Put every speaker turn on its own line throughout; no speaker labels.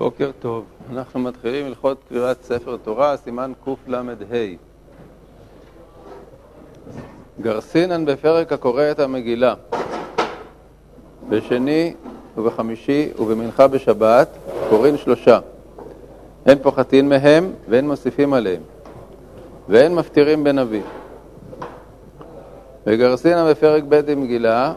בוקר טוב. אנחנו מתחילים הלכות קריאת ספר תורה, סימן קל"ה. גרסינן בפרק הקורא את המגילה. בשני ובחמישי ובמנחה בשבת קוראים 3. אין פוחתין מהם ואין מוסיפים עליהם ואין מפטירים בנביא. וגרסינן בפרק ב' במגילה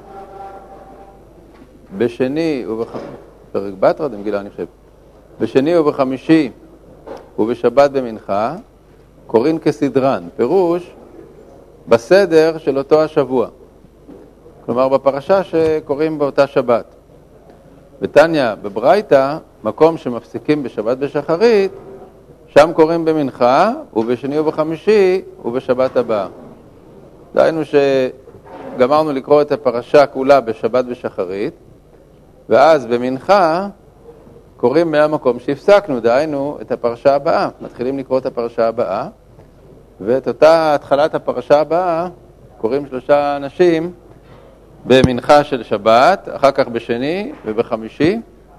בשני פרק בתרא דמגילה אני חושב. בשני ובחמישי ובשבת במנחה קוראים כסדרן, פירוש בסדר של אותו השבוע, כלומר בפרשה שקוראים באותה שבת. בתניא בברייתא, מקום שמפסיקים בשבת בשחרית, שם קוראים במנחה ובשני ובחמישי ובשבת הבאה. דהיינו שגמרנו לקרוא את הפרשה כולה בשבת בשחרית, ואז במנחה קוראים מהמקום שהפסקנו, דהיינו את הפרשה הבאה. מתחילים לקרוא את הפרשה הבאה, ואת אותה התחלת הפרשה הבאה קוראים 3 אנשים במנחה של שבת, אחר כך בשני ובחמישי.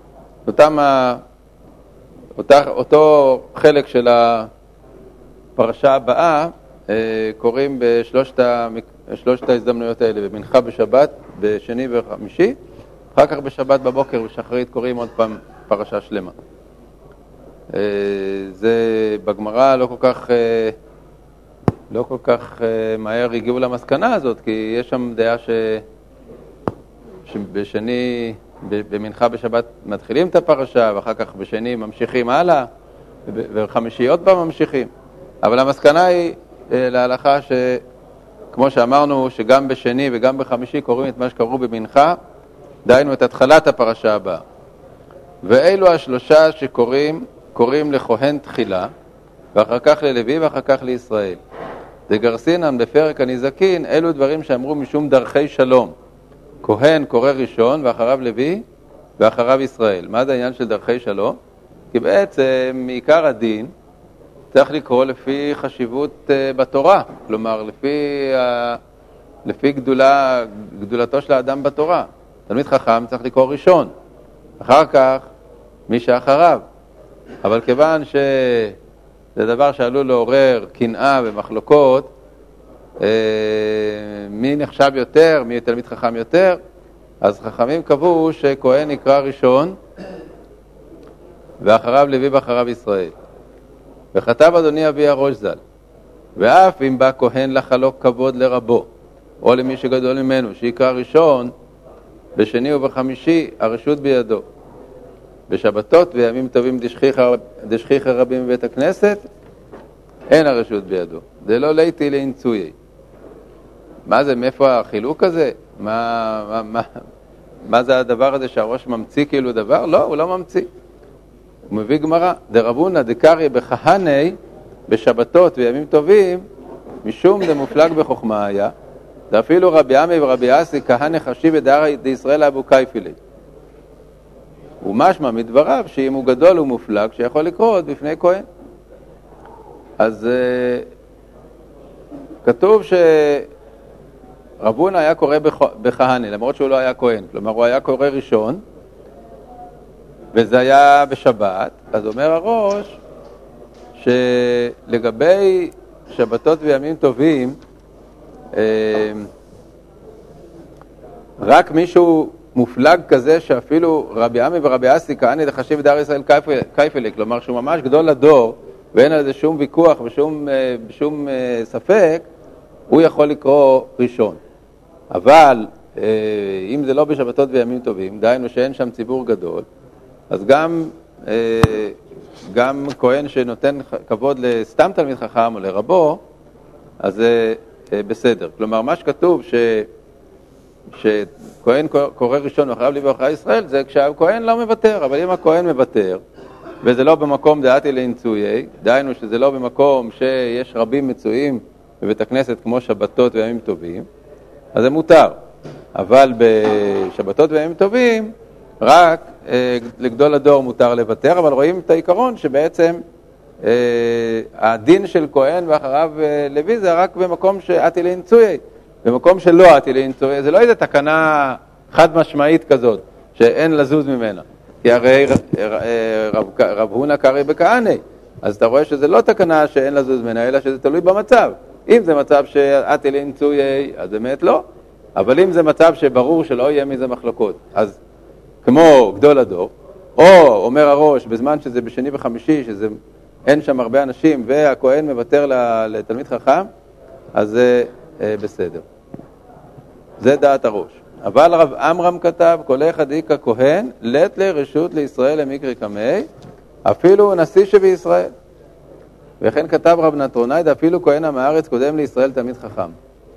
אותו חלק של הפרשה הבאה קוראים בשלושת ההזדמנויות האלה, במנחה בשבת, בשני ובחמישי. אחר כך בשבת בבוקר ושחרית קוראים עוד פעם פרשה שלמה. זה בגמרא לא כל כך מהר הגיעו למסקנה הזאת, כי יש שם דעה שבשני, במנחה בשבת מתחילים את הפרשה, ואחר כך בשני ממשיכים הלאה, ובחמישי עוד פעם ממשיכים. אבל המסקנה היא להלכה שכמו שאמרנו, שגם בשני וגם בחמישי קוראים את מה שקראו במנחה, דהיינו את התחלת הפרשה הבאה. ואלו 3 שקוראים לכהן תחילה, ואחר כך ללוי ואחר כך לישראל. דגרסינן בפרק הנזקין, אלו דברים שאמרו משום דרכי שלום. כהן קורא ראשון ואחריו לוי ואחריו ישראל. מה זה העניין של דרכי שלום? כי בעצם מעיקר הדין צריך לקרוא לפי חשיבות בתורה, כלומר לפי גדולתו של האדם בתורה. תלמיד חכם צריך לקרוא ראשון, אחר כך מי שאחריו. אבל כיוון שזה דבר שעלול לעורר קנאה ומחלוקות, מי נחשב יותר, מי תלמיד חכם יותר, אז חכמים קבעו שכהן יקרא ראשון ואחריו לוי ואחריו ישראל. וכתב אדוני אבי הראש ז"ל, ואף אם בא כהן לחלוק כבוד לרבו או למי שגדול ממנו שיקרא ראשון, בשני ובחמישי הרשות בידו. בשבתות וימים טובים דשכיחא רבים בבית הכנסת אין הרשות בידו. זה לא ליתי לאינצויי. מה זה, מאיפה החילוק הזה? מה זה הדבר הזה שהראש ממציא כאילו דבר? לא, הוא לא ממציא. הוא מביא גמרא, דרבונא דקריא בכהני בשבתות וימים טובים משום דמופלג בחוכמה היה, ואפילו רבי עמי ורבי אסי כהנא חשיב דהרא דישראל אבו קייפילי. הוא משמע מדבריו שאם הוא גדול ומופלג שיכול לקרוא עוד בפני כהן. אז כתוב שרבונה היה קורא בכהנא למרות שהוא לא היה כהן, כלומר הוא היה קורא ראשון וזה היה בשבת. אז אומר הראש שלגבי שבתות וימים טובים רק מישהו מופלג כזה שאפילו רבי עמי ורבי אסי כהנא דחשיב דהרא ישראל קייפילי, כלומר שהוא ממש גדול לדור ואין על זה שום ויכוח ושום ספק, הוא יכול לקרוא ראשון. אבל אם זה לא בשבתות וימים טובים, דהיינו שאין שם ציבור גדול, אז גם כהן שנותן כבוד לסתם תלמיד חכם או לרבו, אז זה בסדר. כלומר, מה שכתוב שכהן קורא ראשון ואחריו לוי ואחריו ישראל, זה כשהכהן לא מוותר. אבל אם הכהן מוותר, וזה לא במקום דעתי לאינצויי, דהיינו שזה לא במקום שיש רבים מצויים בבית הכנסת כמו שבתות וימים טובים, אז זה מותר. אבל בשבתות וימים טובים, רק לגדול הדור מותר לוותר, אבל רואים את העיקרון שבעצם הדין של כהן ואחריו לוי זה רק במקום שעתי לאינצויי. במקום שלא עתי לאינצויי, זה לא איזו תקנה חד משמעית כזאת, שאין לזוז ממנה. כי הרי רב הונא קרעי בכהני, אז אתה רואה שזה לא תקנה שאין לזוז ממנה, אלא שזה תלוי במצב. אם זה מצב שאטילין צויי, אז באמת לא. אבל אם זה מצב שברור שלא יהיה מזה מחלוקות, אז כמו גדול הדור, או אומר הראש, בזמן שזה בשני וחמישי, שזה אין שם הרבה אנשים, והכהן מוותר לתלמיד חכם, אז זה בסדר. זה דעת הראש. אבל רב אמרם כתב, כל אחד איקה כהן, לת לרשות לישראל למקרי קמי, אפילו נשיא שבישראל. וכן כתב רב נטרונייד, אפילו כהן עם הארץ קודם לישראל תלמיד חכם.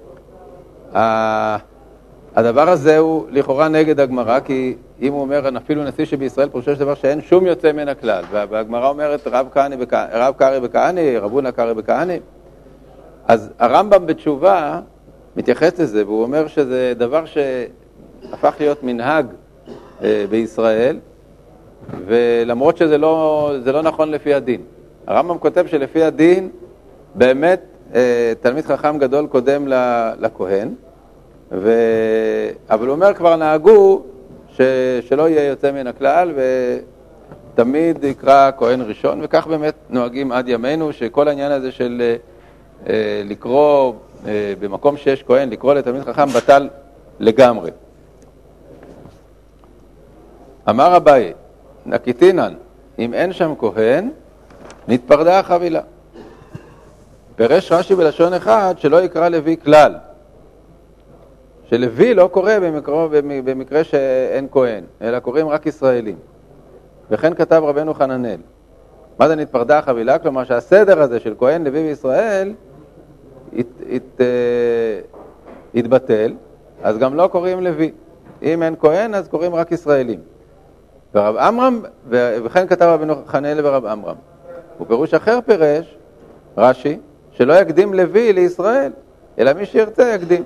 הדבר הזה הוא לכאורה נגד הגמרא, כי אם הוא אומר אפילו נשיא שבישראל, פרושו של דבר שאין שום יוצא מן הכלל. והגמרא אומרת רב קרעי בכהני, רב הונא קרעי בכהני. אז הרמב"ם בתשובה מתייחס לזה, והוא אומר שזה דבר שהפך להיות מנהג בישראל, ולמרות שזה לא נכון לפי הדין. הרמב"ם כותב שלפי הדין באמת תלמיד חכם גדול קודם לכהן, אבל הוא אומר כבר נהגו שלא יהיה יוצא מן הכלל ותמיד יקרא כהן ראשון, וכך באמת נוהגים עד ימינו, שכל העניין הזה של לקרוא במקום שיש כהן, לקרוא לתלמיד חכם בטל לגמרי. אמר אביי, נקיטינן, אם אין שם כהן, נתפרדה החבילה. פירש רש"י בלשון אחד שלא יקרא לוי כלל. שלוי לא קורא במקרה שאין כהן, אלא קוראים רק ישראלים. וכן כתב רבנו חננאל. מה זה נתפרדה החבילה? כלומר שהסדר הזה של כהן, לוי וישראל יתבטל, אז גם לא קוראים לוי. אם אין כהן, אז קוראים רק ישראלים. ורב אמרם, וכן כתב רבנו חננאל ורב אמרם. ופירוש אחר פירש, רש"י, שלא יקדים לוי לישראל, אלא מי שירצה יקדים.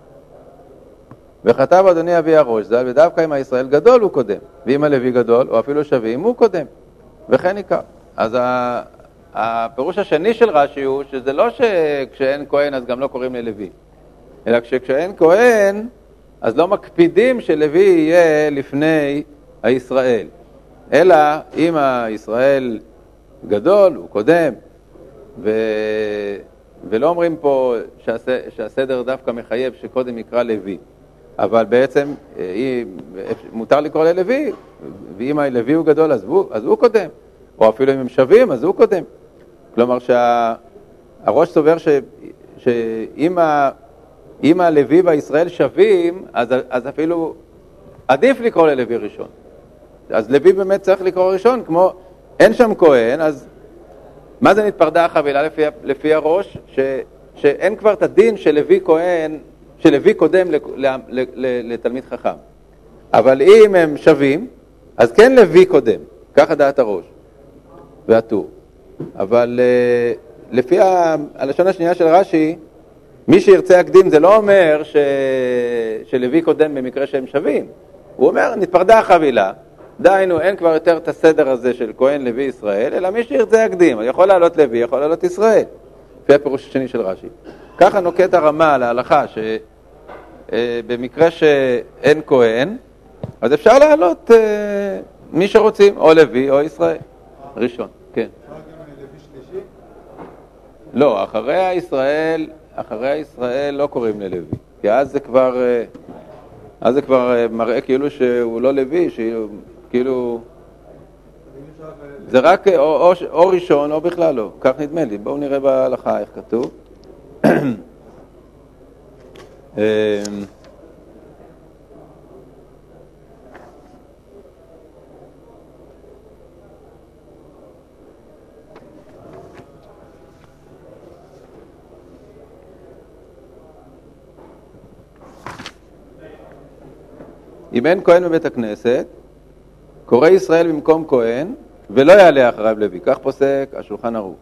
וכתב אדוני אבי הראש ז"ל, ודווקא אם הישראל גדול הוא קודם, ואם הלוי גדול, או אפילו שווים, הוא קודם. וכן עיקר. אז הפירוש השני של רש"י הוא שזה לא שכשאין כהן אז גם לא קוראים ללוי, אלא כשאין כהן אז לא מקפידים שלוי יהיה לפני הישראל, אלא אם הישראל גדול הוא קודם, ולא אומרים פה שהסדר דווקא מחייב שקודם יקרא לוי, אבל בעצם מותר לקרוא ללוי, ואם הלוי הוא גדול אז הוא קודם, או אפילו אם הם שווים אז הוא קודם. כלומר שהראש סובר שאם הלוי והישראל שווים, אז אפילו עדיף לקרוא ללוי ראשון. אז לוי באמת צריך לקרוא ראשון, כמו אין שם כהן, אז מה זה נתפרדה החבילה לפי הראש? שאין כבר את הדין של לוי כהן, של לוי קודם לתלמיד חכם. אבל אם הם שווים, אז כן לוי קודם, ככה דעת הראש והטור. אבל לפי הלשון השנייה של רש"י, מי שירצה יקדים זה לא אומר שלוי קודם במקרה שהם שווים. הוא אומר נתפרדה החבילה, דיינו אין כבר יותר את הסדר הזה של כהן לוי ישראל, אלא מי שירצה יקדים, יכול לעלות לוי, יכול לעלות ישראל. לפי הפירוש השני של רש"י. ככה נוקט הרמה להלכה שבמקרה שאין כהן, אז אפשר לעלות מי שרוצים, או לוי או ישראל. ראשון, כן. לא, אחרי הישראל לא קוראים ללוי, כי אז זה כבר מראה כאילו שהוא לא לוי, כאילו זה רק או ראשון או בכלל לא, כך נדמה לי. בואו נראה בהלכה איך כתוב. אם אין כהן בבית הכנסת, קורא ישראל במקום כהן, ולא יעלה אחריו לוי. כך פוסק השולחן ערוך.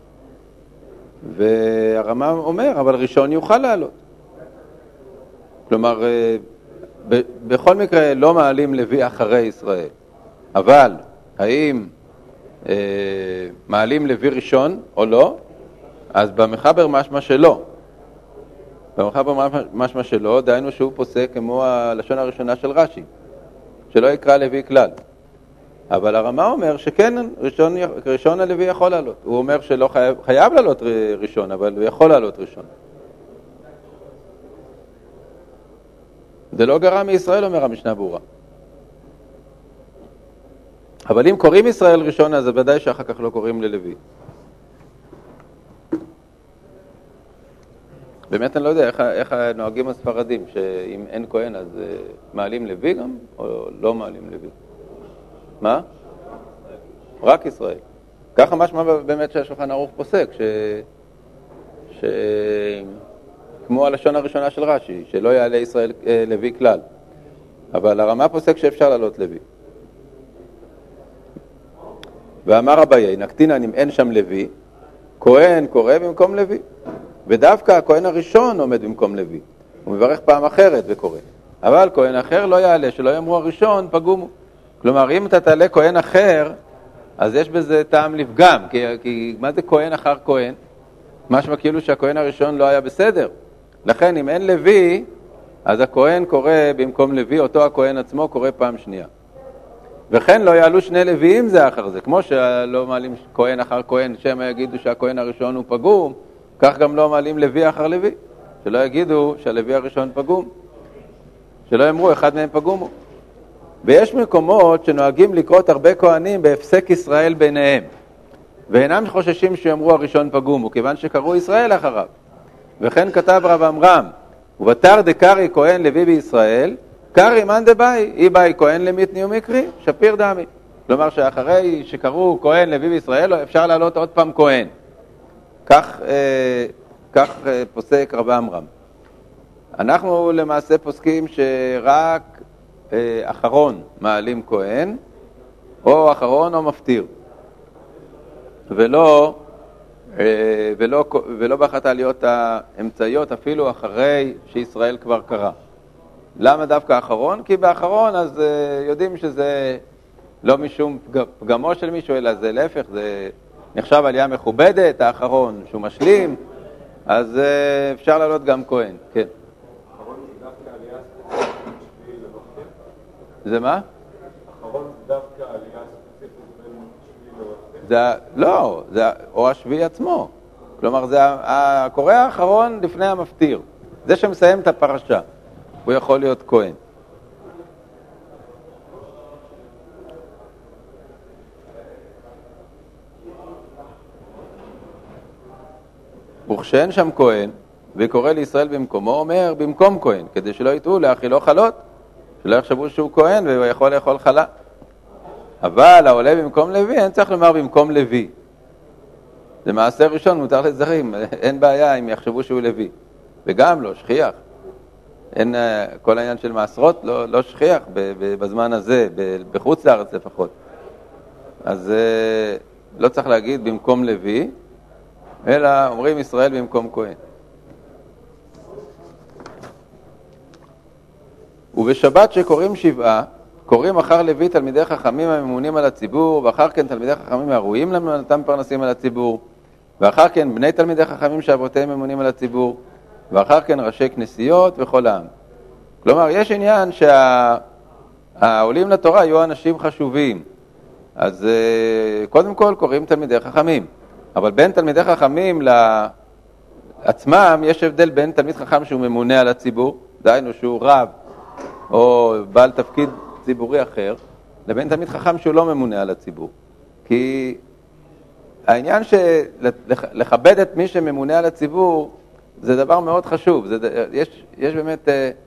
והרמ"א אומר, אבל ראשון יוכל לעלות. כלומר, בכל מקרה לא מעלים לוי אחרי ישראל. אבל האם מעלים לוי ראשון או לא? אז במחבר משמע שלא. במחבר משמע שלא, דהיינו שהוא פוסק כמו הלשון הראשונה של רש"י, שלא יקרא לוי כלל. אבל הרמה אומר שכן, ראשון הלוי יכול לעלות. הוא אומר שלא חייב לעלות ראשון, אבל הוא יכול לעלות ראשון. זה לא גרע מישראל, אומר המשנה ברורה. אבל אם קוראים ישראל ראשון, אז ודאי שאחר כך לא קוראים ללוי. באמת אני לא יודע איך נוהגים הספרדים, שאם אין כהן אז מעלים לוי גם, או לא מעלים לוי? מה? רק ישראל. ככה משמע באמת שהשולחן ערוך פוסק, כמו הלשון הראשונה של רש"י, שלא יעלה ישראל לוי כלל. אבל הרמה פוסק שאפשר לעלות לוי. ואמר אביי, נקטינן אם אין שם לוי, כהן קורא במקום לוי. ודווקא הכהן הראשון עומד במקום לוי. הוא מברך פעם אחרת וקורא. אבל כהן אחר לא יעלה, שלא יאמרו הראשון, פגומו. כלומר, אם אתה תעלה כהן אחר, אז יש בזה טעם לפגם. כי מה זה כהן אחר כהן? משמע כאילו שהכהן הראשון לא היה בסדר. לכן, אם אין לוי, אז הכהן קורא במקום לוי, אותו הכהן עצמו קורא פעם שנייה. וכן לא יעלו שני לוויים זה אחר זה. כמו שלא מעלים כהן אחר כהן, שהם יגידו שהכהן הראשון הוא פגום, כך גם לא מעלים לוי אחר לוי. שלא יגידו שהלוי הראשון פגום. שלא יאמרו אחד מהם פגום הוא. ויש מקומות שנוהגים לקרות הרבה כהנים בהפסק ישראל ביניהם. ואינם חוששים שיאמרו הראשון פגום הוא, כיוון שקראו ישראל אחריו. וכן כתב רב אמרם, ובתר דקרי כהן לוי בישראל, קרי מן דבאי, אי באי כהן למיתני ומקרי, שפיר דמי. כלומר שאחרי שקראו כהן לוי בישראל, אפשר לעלות עוד פעם כהן. כך פוסק רב אמרם. אנחנו למעשה פוסקים שרק אחרון מעלים כהן, או אחרון או מפטיר. ולא באחת העליות האמצעיות, אפילו אחרי שישראל כבר קרא. למה דווקא האחרון? כי באחרון אז יודעים שזה לא משום פגמו של מישהו, אלא זה להפך, זה נחשב עלייה מכובדת, האחרון שהוא משלים, אז אפשר לעלות גם כהן, כן.
האחרון זה דווקא עלייה ספציפית בשביל למפטיר?
זה מה?
האחרון זה דווקא עלייה ספציפית בין שביל למפטיר?
לא, זה או השביעי עצמו. כלומר, זה הקורא האחרון לפני המפטיר. זה שמסיים את הפרשה. הוא יכול להיות כהן. וכשאין שם כהן, וקורא לישראל במקומו, אומר במקום כהן, כדי שלא יטעו להאכילו חלות, שלא יחשבו שהוא כהן והוא יכול לאכול חלה. אבל העולה במקום לוי, אין צריך לומר במקום לוי. זה מעשה ראשון, מותר לזרים, אין בעיה אם יחשבו שהוא לוי. וגם לא, שכיח. אין כל העניין של מעשרות, לא שכיח בזמן הזה, בחוץ לארץ לפחות. אז לא צריך להגיד במקום לוי, אלא אומרים ישראל במקום כהן. ובשבת שקוראים שבעה, קוראים אחר לוי תלמידי חכמים הממונים על הציבור, ואחר כן תלמידי חכמים הראויים למנותם פרנסים על הציבור, ואחר כן בני תלמידי חכמים שאבותיהם ממונים על הציבור, ואחר כן ראשי כנסיות וכל העם. כלומר, יש עניין שהעולים לתורה יהיו אנשים חשובים. אז קודם כל קוראים תלמידי חכמים. אבל בין תלמידי חכמים לעצמם יש הבדל בין תלמיד חכם שהוא ממונה על הציבור, דהיינו שהוא רב או בעל תפקיד ציבורי אחר, לבין תלמיד חכם שהוא לא ממונה על הציבור. כי העניין שלכבד את מי שממונה על הציבור זה דבר מאוד חשוב. יש באמת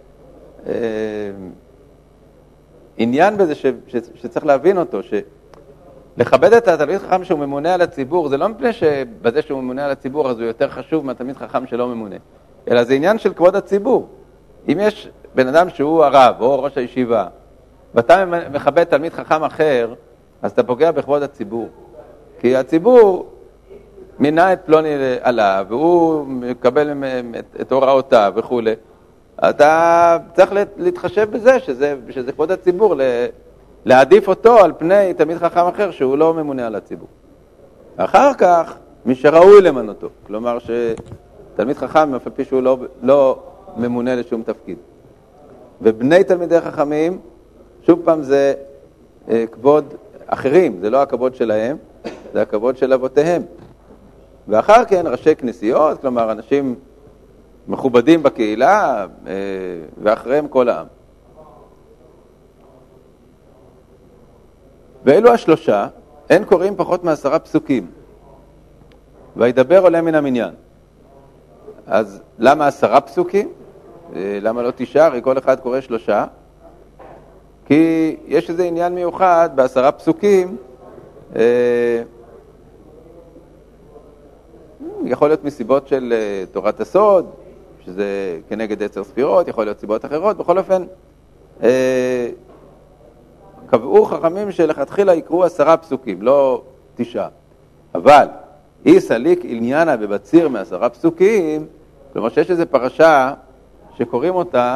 עניין בזה שצריך להבין אותו, לכבד את התלמיד חכם שהוא ממונה על הציבור, זה לא מפני שבזה שהוא ממונה על הציבור אז הוא יותר חשוב מהתלמיד חכם שלא ממונה, אלא זה עניין של כבוד הציבור. אם יש בן אדם שהוא הרב או ראש הישיבה, ואתה מכבד תלמיד חכם אחר, אז אתה פוגע בכבוד הציבור. כי הציבור מינה את פלוני עליו, והוא מקבל את הוראותיו וכו'. אתה צריך להתחשב בזה, שזה כבוד הציבור, להעדיף אותו על פני תלמיד חכם אחר שהוא לא ממונה על הציבור. אחר כך, מי שראוי למנותו. כלומר שתלמיד חכם, אף על פי שהוא לא ממונה לשום תפקיד. ובני תלמידי חכמים, שוב פעם זה כבוד אחרים, זה לא הכבוד שלהם, זה הכבוד של אבותיהם. ואחר כן ראשי כנסיות, כלומר אנשים מכובדים בקהילה, ואחריהם כל העם. ואלו השלושה, אין קוראים פחות מ10 פסוקים. וידבר עולה מן המניין. אז למה 10 פסוקים? למה לא 9? הרי כל אחד קורא 3. כי יש איזה עניין מיוחד ב10 פסוקים, יכול להיות מסיבות של תורת הסוד, שזה כנגד 10 ספירות, יכול להיות סיבות אחרות. בכל אופן, קבעו חכמים שלכתחילה יקראו 10 פסוקים, לא 9. אבל אי סליק עניינה בבציר מ10 פסוקים, כלומר שיש איזו פרשה שקוראים אותה,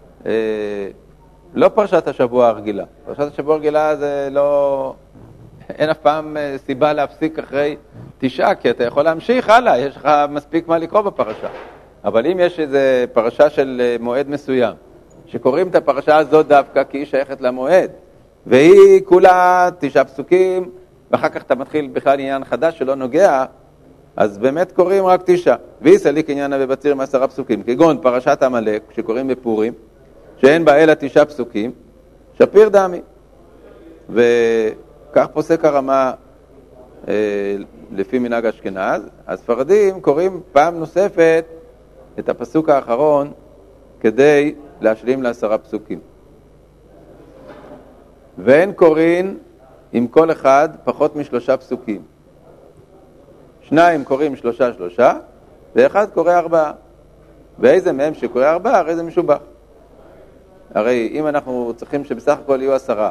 לא פרשת השבוע הרגילה. פרשת השבוע הרגילה זה לא, אין אף פעם סיבה להפסיק אחרי 9, כי אתה יכול להמשיך הלאה, יש לך מספיק מה לקרוא בפרשה. אבל אם יש איזו פרשה של מועד מסוים, שקוראים את הפרשה הזאת דווקא כי היא שייכת למועד, והיא כולה 9 פסוקים, ואחר כך אתה מתחיל בכלל עניין חדש שלא נוגע, אז באמת קוראים רק 9. ואי סליק עניינה בבציר מ10 פסוקים, כגון פרשת עמלק, שקוראים בפורים, שאין בה אלא 9 פסוקים, שפיר דמי. וכך פוסק הרמה לפי מנהג אשכנז. הספרדים קוראים פעם נוספת את הפסוק האחרון כדי להשלים ל10 פסוקים. ואין קוראים עם כל אחד פחות מ3 פסוקים. 2 קוראים 3, ואחד קורא 4. ואיזה מהם שקורא 4, הרי זה משובח. הרי אם אנחנו צריכים שבסך הכל יהיו 10,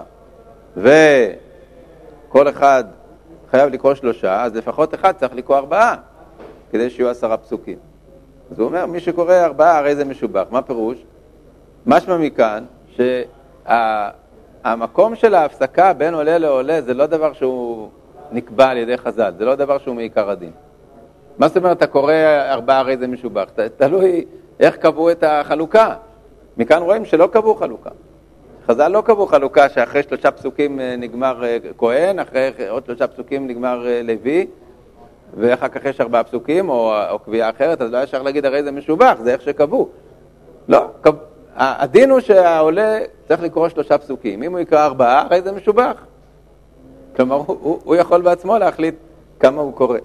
וכל אחד חייב לקרוא 3, אז לפחות אחד צריך לקרוא 4, כדי שיהיו 10 פסוקים. אז הוא אומר, מי שקורא 4, הרי זה משובח. מה פירוש? משמע מכאן, שהמקום של ההפסקה בין עולה לעולה, זה לא דבר שהוא נקבע על ידי חז"ל, זה לא דבר שהוא מעיקר הדין. מה זאת אומרת, אתה קורא 4, הרי זה משובח? תלוי איך קבעו את החלוקה. מכאן רואים שלא קבעו חלוקה. חז"ל לא קבעו חלוקה שאחרי 3 פסוקים נגמר כהן, אחרי עוד 3 פסוקים נגמר לוי, ואחר כך יש 4 פסוקים או קביעה אחרת, אז לא ישר להגיד הרי זה משובח, זה איך שקבעו. לא, הדין הוא שהעולה צריך לקרוא 3 פסוקים. אם הוא יקרא 4, הרי זה משובח. כלומר, הוא יכול בעצמו להחליט כמה הוא קורא.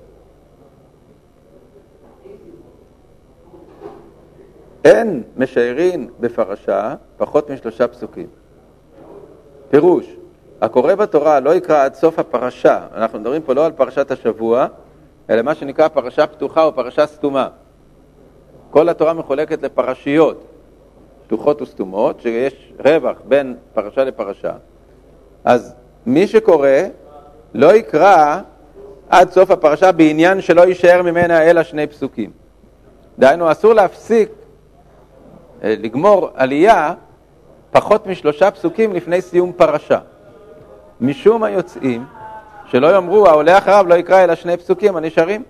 אין משיירין בפרשה פחות מ3 פסוקים. פירוש, הקורא בתורה לא יקרא עד סוף הפרשה. אנחנו מדברים פה לא על פרשת השבוע, אלא מה שנקרא פרשה פתוחה או פרשה סתומה. כל התורה מחולקת לפרשיות, פתוחות וסתומות, שיש רווח בין פרשה לפרשה. אז מי שקורא לא יקרא עד סוף הפרשה בעניין שלא יישאר ממנה אלא 2 פסוקים. דהיינו, אסור להפסיק לגמור עלייה פחות מ3 פסוקים לפני סיום פרשה. משום היוצאים שלא יאמרו העולה אחריו לא יקרא אלא 2 פסוקים הנשארים.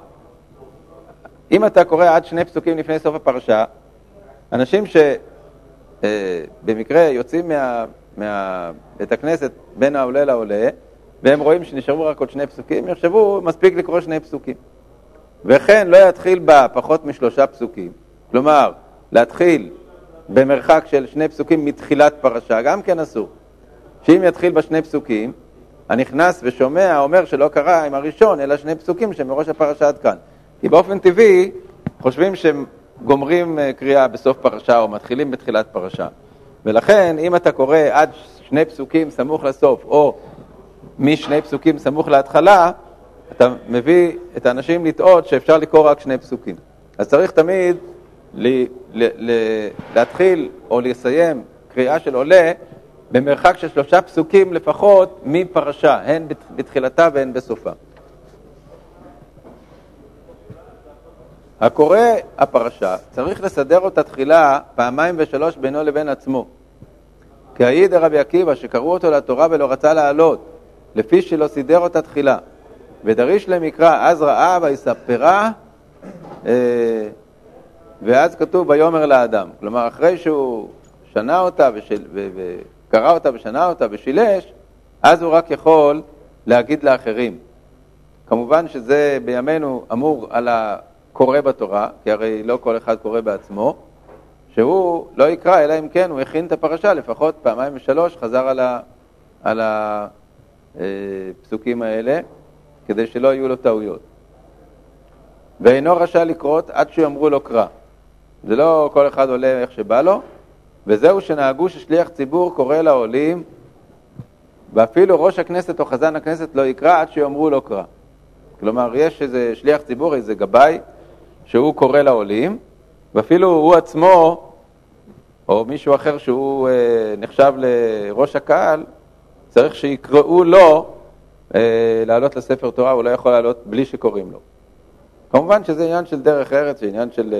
אם אתה קורא עד 2 פסוקים לפני סוף הפרשה, אנשים שבמקרה יוצאים מבית הכנסת בין העולה לעולה, והם רואים שנשארו רק עוד 2 פסוקים, יחשבו מספיק לקרוא 2 פסוקים. וכן לא יתחיל בה פחות מ3 פסוקים. כלומר, להתחיל במרחק של 2 פסוקים מתחילת פרשה, גם כן אסור. שאם יתחיל ב2 פסוקים, הנכנס ושומע אומר שלא קרא עם הראשון, אלא 2 פסוקים שמראש הפרשה עד כאן. כי באופן טבעי חושבים שהם גומרים קריאה בסוף פרשה או מתחילים בתחילת פרשה. ולכן אם אתה קורא עד 2 פסוקים סמוך לסוף, או מ2 פסוקים סמוך להתחלה, אתה מביא את האנשים לטעות שאפשר לקרוא רק 2 פסוקים. אז צריך תמיד להתחיל או לסיים קריאה של עולה במרחק של 3 פסוקים לפחות מפרשה, הן בתחילתה והן בסופה. הקורא הפרשה צריך לסדר אותה תחילה 2 ו3 בינו לבין עצמו. כי העיד רבי עקיבא שקראו אותו לתורה ולא רצה לעלות, לפי שלא סידר אותה תחילה. ודריש למקרא, אז ראה ויספרה, ואז כתוב ויאמר לאדם. כלומר, אחרי שהוא שנה אותה וקרא אותה ושנה אותה ושילש, אז הוא רק יכול להגיד לאחרים. כמובן שזה בימינו אמור על הקורא בתורה, כי הרי לא כל אחד קורא בעצמו, שהוא לא יקרא, אלא אם כן הוא הכין את הפרשה, לפחות פעמיים ושלוש חזר על הפסוקים האלה, כדי שלא יהיו לו טעויות. ואינו רשאי לקרות עד שיאמרו לו קרא. זה לא כל אחד עולה איך שבא לו, וזהו שנהגו ששליח ציבור קורא לעולים, ואפילו ראש הכנסת או חזן הכנסת לא יקרא עד שיאמרו לו קרא. כלומר, יש איזה שליח ציבור, איזה גבאי, שהוא קורא לעולים, ואפילו הוא עצמו, או מישהו אחר שהוא נחשב לראש הקהל, צריך שיקראו לו לעלות לספר תורה, הוא לא יכול לעלות בלי שקוראים לו. כמובן שזה עניין של דרך ארץ, זה עניין של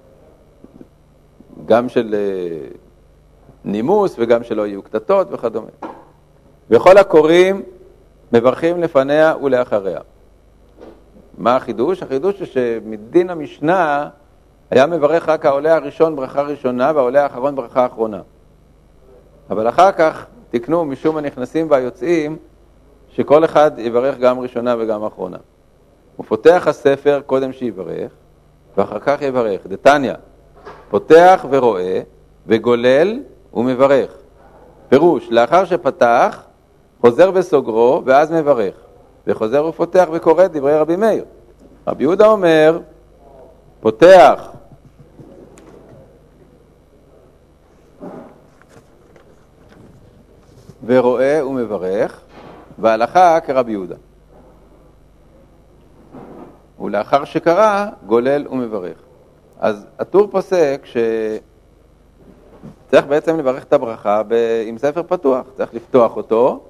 גם של נימוס וגם שלא יהיו קטטות וכדומה. וכל הקוראים מברכים לפניה ולאחריה. מה החידוש? החידוש הוא שמדין המשנה היה מברך רק העולה הראשון ברכה ראשונה והעולה האחרון ברכה אחרונה. אבל אחר כך תקנו משום הנכנסים והיוצאים שכל אחד יברך גם ראשונה וגם אחרונה. הוא פותח הספר קודם שיברך ואחר כך יברך. דתניא, פותח ורואה וגולל ומברך. פירוש, לאחר שפתח חוזר וסוגרו ואז מברך. וחוזר ופותח וקורא דברי רבי מאיר. רבי יהודה אומר, פותח ורואה ומברך, והלכה כרבי יהודה. ולאחר שקרא, גולל ומברך. אז הטור פוסק שצריך בעצם לברך את הברכה עם ספר פתוח. צריך לפתוח אותו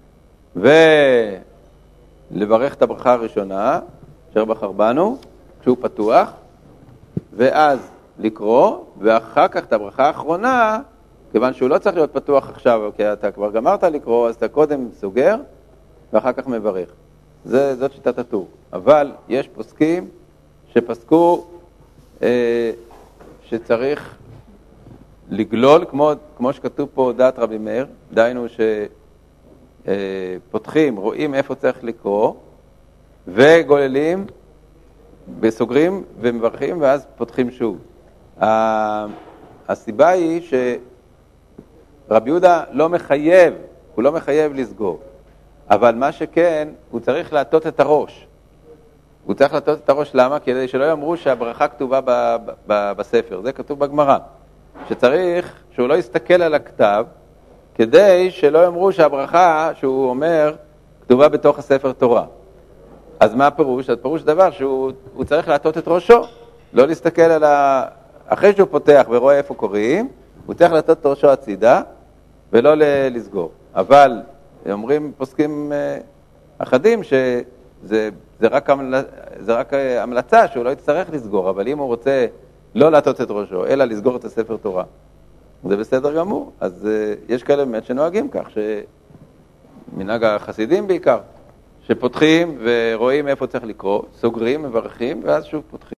ולברך את הברכה הראשונה, אשר בחר בנו, כשהוא פתוח, ואז לקרוא, ואחר כך את הברכה האחרונה, כיוון שהוא לא צריך להיות פתוח עכשיו, כי אתה כבר גמרת לקרוא, אז אתה קודם סוגר, ואחר כך מברך. זאת שיטת הטור. אבל יש פוסקים שפסקו שצריך לגלול, כמו שכתוב פה דעת רבי מאיר, דהיינו שפותחים, רואים איפה צריך לקרוא, וגוללים, וסוגרים ומברכים, ואז פותחים שוב. הסיבה היא שרבי יהודה לא מחייב, הוא לא מחייב לסגור. אבל מה שכן, הוא צריך להטות את הראש. הוא צריך להטות את הראש, למה? כדי שלא יאמרו שהברכה כתובה בספר. זה כתוב בגמרא. שצריך שהוא לא יסתכל על הכתב, כדי שלא יאמרו שהברכה שהוא אומר כתובה בתוך הספר תורה. אז מה הפירוש? הפירוש דבר שהוא צריך להטות את ראשו, לא להסתכל על אחרי שהוא פותח ורואה איפה קוראים, הוא צריך להטות את ראשו הצידה, ולא לסגור. אבל אומרים פוסקים אחדים שזה רק המלצה שהוא לא יצטרך לסגור, אבל אם הוא רוצה לא להטות את ראשו, אלא לסגור את הספר תורה, זה בסדר גמור. אז יש כאלה באמת שנוהגים כך, שמנהג החסידים בעיקר, שפותחים ורואים איפה צריך לקרוא, סוגרים, מברכים, ואז שוב פותחים.